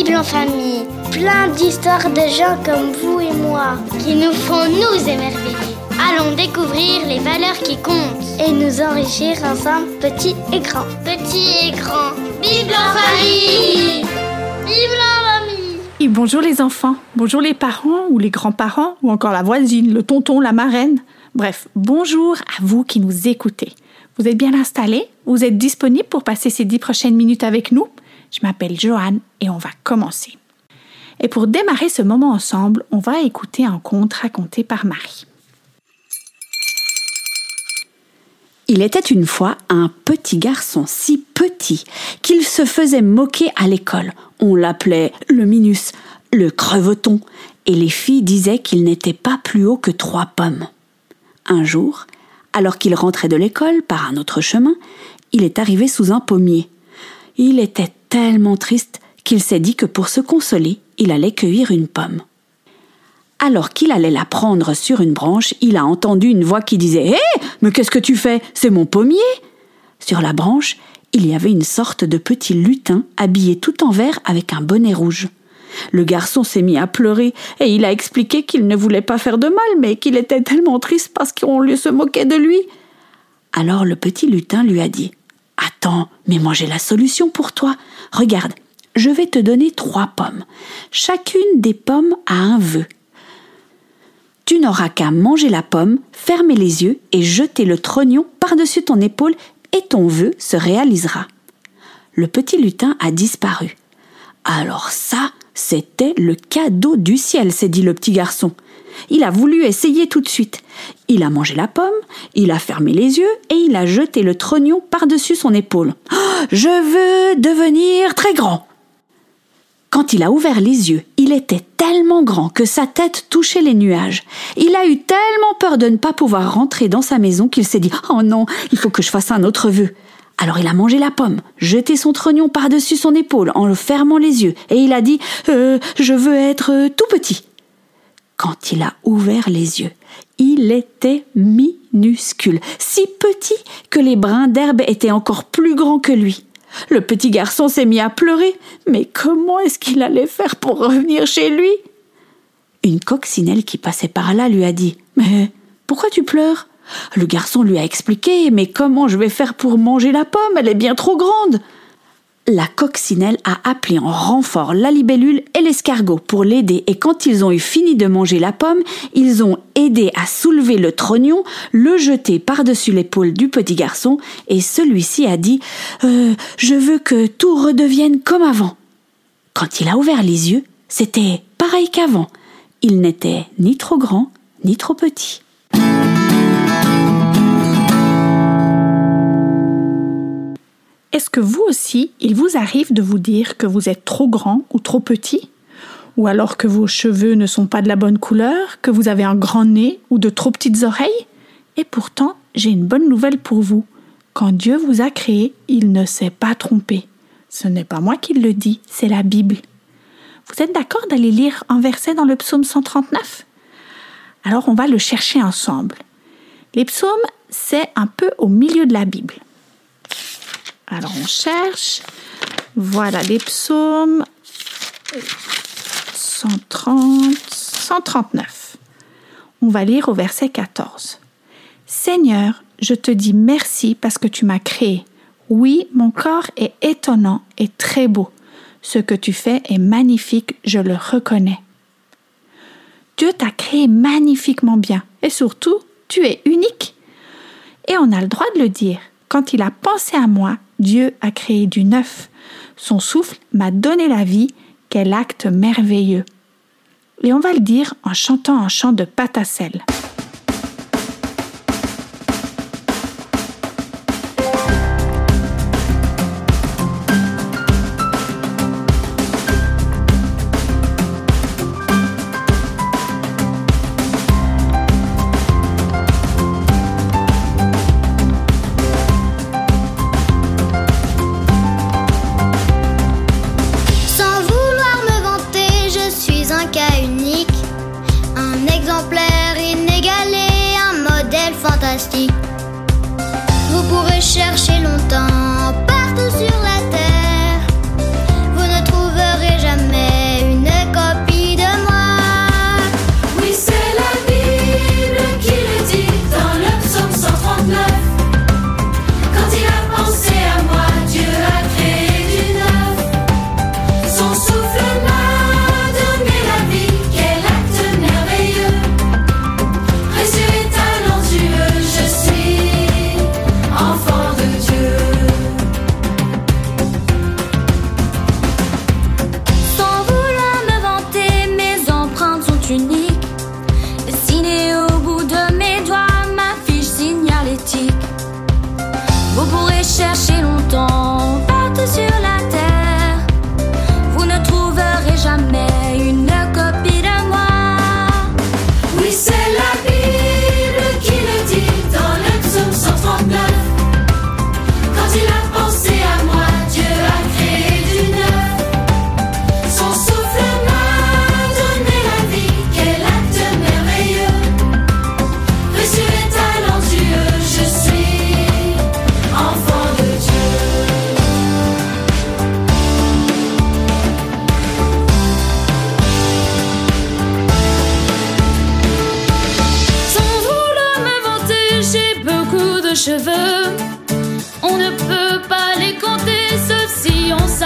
Bible en famille. Plein d'histoires de gens comme vous et moi qui nous font nous émerveiller. Allons découvrir les valeurs qui comptent et nous enrichir ensemble, petits et grands. Petits et grands. Bible en famille. Bible en famille. Et bonjour les enfants, bonjour les parents ou les grands-parents ou encore la voisine, le tonton, la marraine. Bref, bonjour à vous qui nous écoutez. Vous êtes bien installés? Vous êtes disponibles pour passer ces 10 prochaines minutes avec nous? Je m'appelle Joanne et on va commencer. Et pour démarrer ce moment ensemble, on va écouter un conte raconté par Marie. Il était une fois un petit garçon si petit qu'il se faisait moquer à l'école. On l'appelait le minus, le creveton, et les filles disaient qu'il n'était pas plus haut que 3 pommes. Un jour, alors qu'il rentrait de l'école par un autre chemin, il est arrivé sous un pommier. Il était tellement triste qu'il s'est dit que pour se consoler, il allait cueillir une pomme. Alors qu'il allait la prendre sur une branche, il a entendu une voix qui disait « Hé, mais qu'est-ce que tu fais? C'est mon pommier !» Sur la branche, il y avait une sorte de petit lutin habillé tout en vert avec un bonnet rouge. Le garçon s'est mis à pleurer et il a expliqué qu'il ne voulait pas faire de mal, mais qu'il était tellement triste parce qu'on se moquait de lui. Alors le petit lutin lui a dit « Attends, mais moi j'ai la solution pour toi. Regarde, je vais te donner 3 pommes. Chacune des pommes a un vœu. Tu n'auras qu'à manger la pomme, fermer les yeux et jeter le trognon par-dessus ton épaule et ton vœu se réalisera. » Le petit lutin a disparu. Alors ça, c'était le cadeau du ciel, s'est dit le petit garçon. Il a voulu essayer tout de suite. Il a mangé la pomme, il a fermé les yeux et il a jeté le trognon par-dessus son épaule. « Oh, je veux devenir très grand !» Quand il a ouvert les yeux, il était tellement grand que sa tête touchait les nuages. Il a eu tellement peur de ne pas pouvoir rentrer dans sa maison qu'il s'est dit « Oh non, il faut que je fasse un autre vœu !» Alors il a mangé la pomme, jeté son trognon par-dessus son épaule en fermant les yeux et il a dit « Je veux être tout petit !» Quand il a ouvert les yeux, il était minuscule, si petit que les brins d'herbe étaient encore plus grands que lui. Le petit garçon s'est mis à pleurer. Mais comment est-ce qu'il allait faire pour revenir chez lui? Une coccinelle qui passait par là lui a dit « Mais pourquoi tu pleures ?» Le garçon lui a expliqué « Mais comment je vais faire pour manger la pomme? Elle est bien trop grande !» La coccinelle a appelé en renfort la libellule et l'escargot pour l'aider et quand ils ont eu fini de manger la pomme, ils ont aidé à soulever le trognon, le jeter par-dessus l'épaule du petit garçon et celui-ci a dit « Je veux que tout redevienne comme avant ». Quand il a ouvert les yeux, c'était pareil qu'avant. Il n'était ni trop grand ni trop petit. Est-ce que vous aussi, il vous arrive de vous dire que vous êtes trop grand ou trop petit? Ou alors que vos cheveux ne sont pas de la bonne couleur, que vous avez un grand nez ou de trop petites oreilles? Et pourtant, j'ai une bonne nouvelle pour vous. Quand Dieu vous a créé, il ne s'est pas trompé. Ce n'est pas moi qui le dis, c'est la Bible. Vous êtes d'accord d'aller lire un verset dans le psaume 139? Alors on va le chercher ensemble. Les psaumes, c'est un peu au milieu de la Bible. Alors on cherche, voilà les psaumes 130, 139. On va lire au verset 14. « Seigneur, je te dis merci parce que tu m'as créé. Oui, mon corps est étonnant et très beau. Ce que tu fais est magnifique, je le reconnais. » Dieu t'a créé magnifiquement bien et surtout, tu es unique. Et on a le droit de le dire. Quand il a pensé à moi, Dieu a créé du neuf. Son souffle m'a donné la vie, quel acte merveilleux. Et on va le dire en chantant un chant de pâte à sel. Vous pourrez chercher longtemps partout sur la terre, vous ne trouverez jamais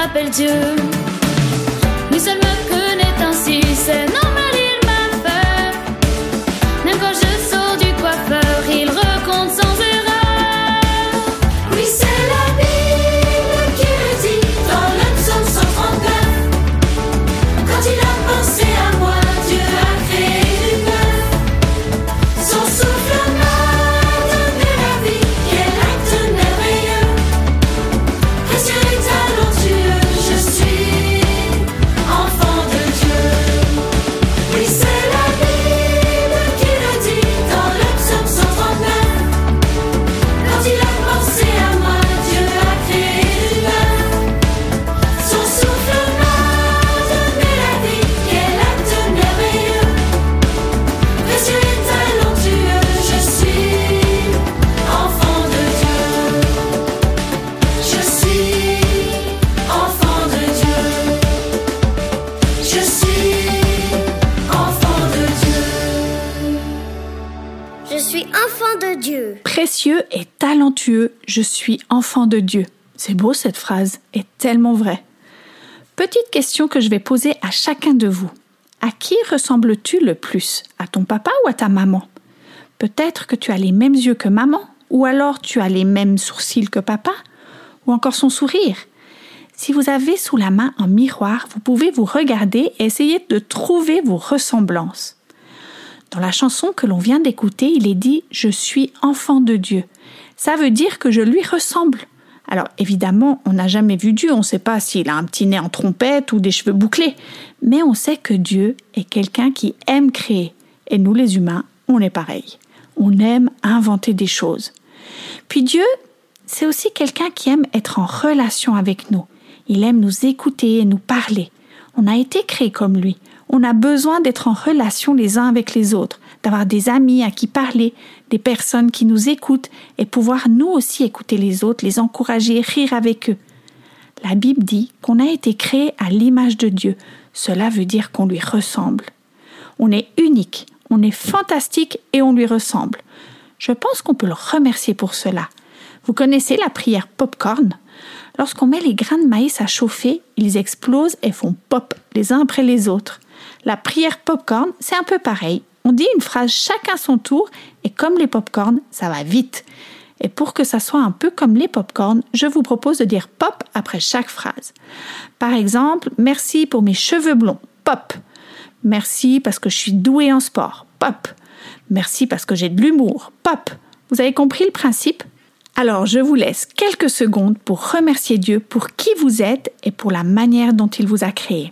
m'appelle Dieu. Lui seul me connaît ainsi, c'est normal, il m'a fait. Même quand je sors du coiffeur, il recompte sans erreur. Oui, c'est la Bible qui le dit dans le psaume 139. Quand il a pensé à moi, Dieu a créé du neuf. Son souffle m'a donné la vie, quel acte merveilleux. Précieux et talentueux, je suis enfant de Dieu. Oui, c'est la Bible qui le dit dans le psaume 139. Quand il a pensé à moi, Dieu a créé du neuf. Son souffle m'a donné la vie, quel acte merveilleux. Précieux et talentueux, je suis enfant de Dieu. Je suis enfant de Dieu. Je suis enfant de Dieu. Je suis enfant de Dieu. Précieux et talentueux, je suis enfant de Dieu. C'est beau cette phrase, est tellement vraie. Petite question que je vais poser à chacun de vous. À qui ressembles-tu le plus? À ton papa ou à ta maman? Peut-être que tu as les mêmes yeux que maman, ou alors tu as les mêmes sourcils que papa, ou encore son sourire. Si vous avez sous la main un miroir, vous pouvez vous regarder et essayer de trouver vos ressemblances. Dans la chanson que l'on vient d'écouter, il est dit « Je suis enfant de Dieu ». Ça veut dire que je lui ressemble. Alors évidemment, on n'a jamais vu Dieu, on ne sait pas s'il a un petit nez en trompette ou des cheveux bouclés, mais on sait que Dieu est quelqu'un qui aime créer. Et nous les humains, on est pareil. On aime inventer des choses. Puis Dieu, c'est aussi quelqu'un qui aime être en relation avec nous. Il aime nous écouter et nous parler. On a été créés comme lui. On a besoin d'être en relation les uns avec les autres, d'avoir des amis à qui parler, des personnes qui nous écoutent et pouvoir nous aussi écouter les autres, les encourager, rire avec eux. La Bible dit qu'on a été créés à l'image de Dieu. Cela veut dire qu'on lui ressemble. On est unique, on est fantastique et on lui ressemble. Je pense qu'on peut le remercier pour cela. Vous connaissez la prière popcorn? Lorsqu'on met les grains de maïs à chauffer, ils explosent et font pop les uns après les autres. La prière popcorn, c'est un peu pareil. On dit une phrase chacun son tour et comme les popcorn, ça va vite. Et pour que ça soit un peu comme les popcorn, je vous propose de dire pop après chaque phrase. Par exemple, merci pour mes cheveux blonds, pop. Merci parce que je suis douée en sport, pop. Merci parce que j'ai de l'humour, pop. Vous avez compris le principe? Alors, je vous laisse quelques secondes pour remercier Dieu pour qui vous êtes et pour la manière dont il vous a créé.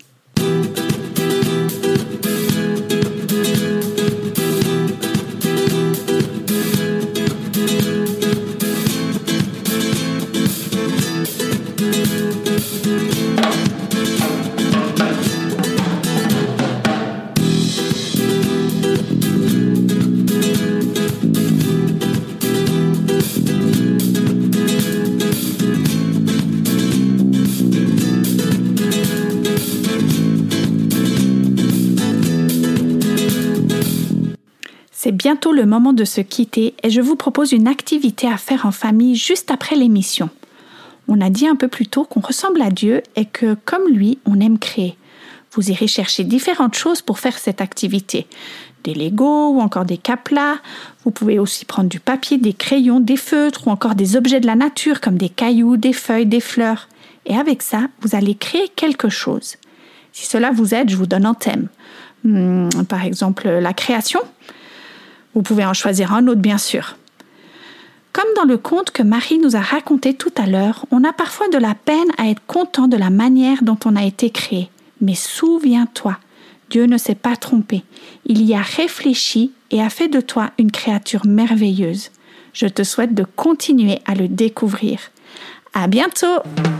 C'est bientôt le moment de se quitter et je vous propose une activité à faire en famille juste après l'émission. On a dit un peu plus tôt qu'on ressemble à Dieu et que, comme lui, on aime créer. Vous irez chercher différentes choses pour faire cette activité. Des Legos ou encore des caplas. Vous pouvez aussi prendre du papier, des crayons, des feutres ou encore des objets de la nature comme des cailloux, des feuilles, des fleurs. Et avec ça, vous allez créer quelque chose. Si cela vous aide, je vous donne un thème. Par exemple, la création. Vous pouvez en choisir un autre, bien sûr. Comme dans le conte que Marie nous a raconté tout à l'heure, on a parfois de la peine à être content de la manière dont on a été créé. Mais souviens-toi, Dieu ne s'est pas trompé. Il y a réfléchi et a fait de toi une créature merveilleuse. Je te souhaite de continuer à le découvrir. À bientôt!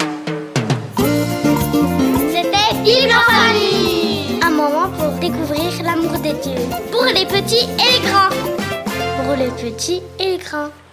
C'était Bible en famille. Un moment pour découvrir l'amour de Dieu. Pour les petits et les grands. Pour les petits et les grands.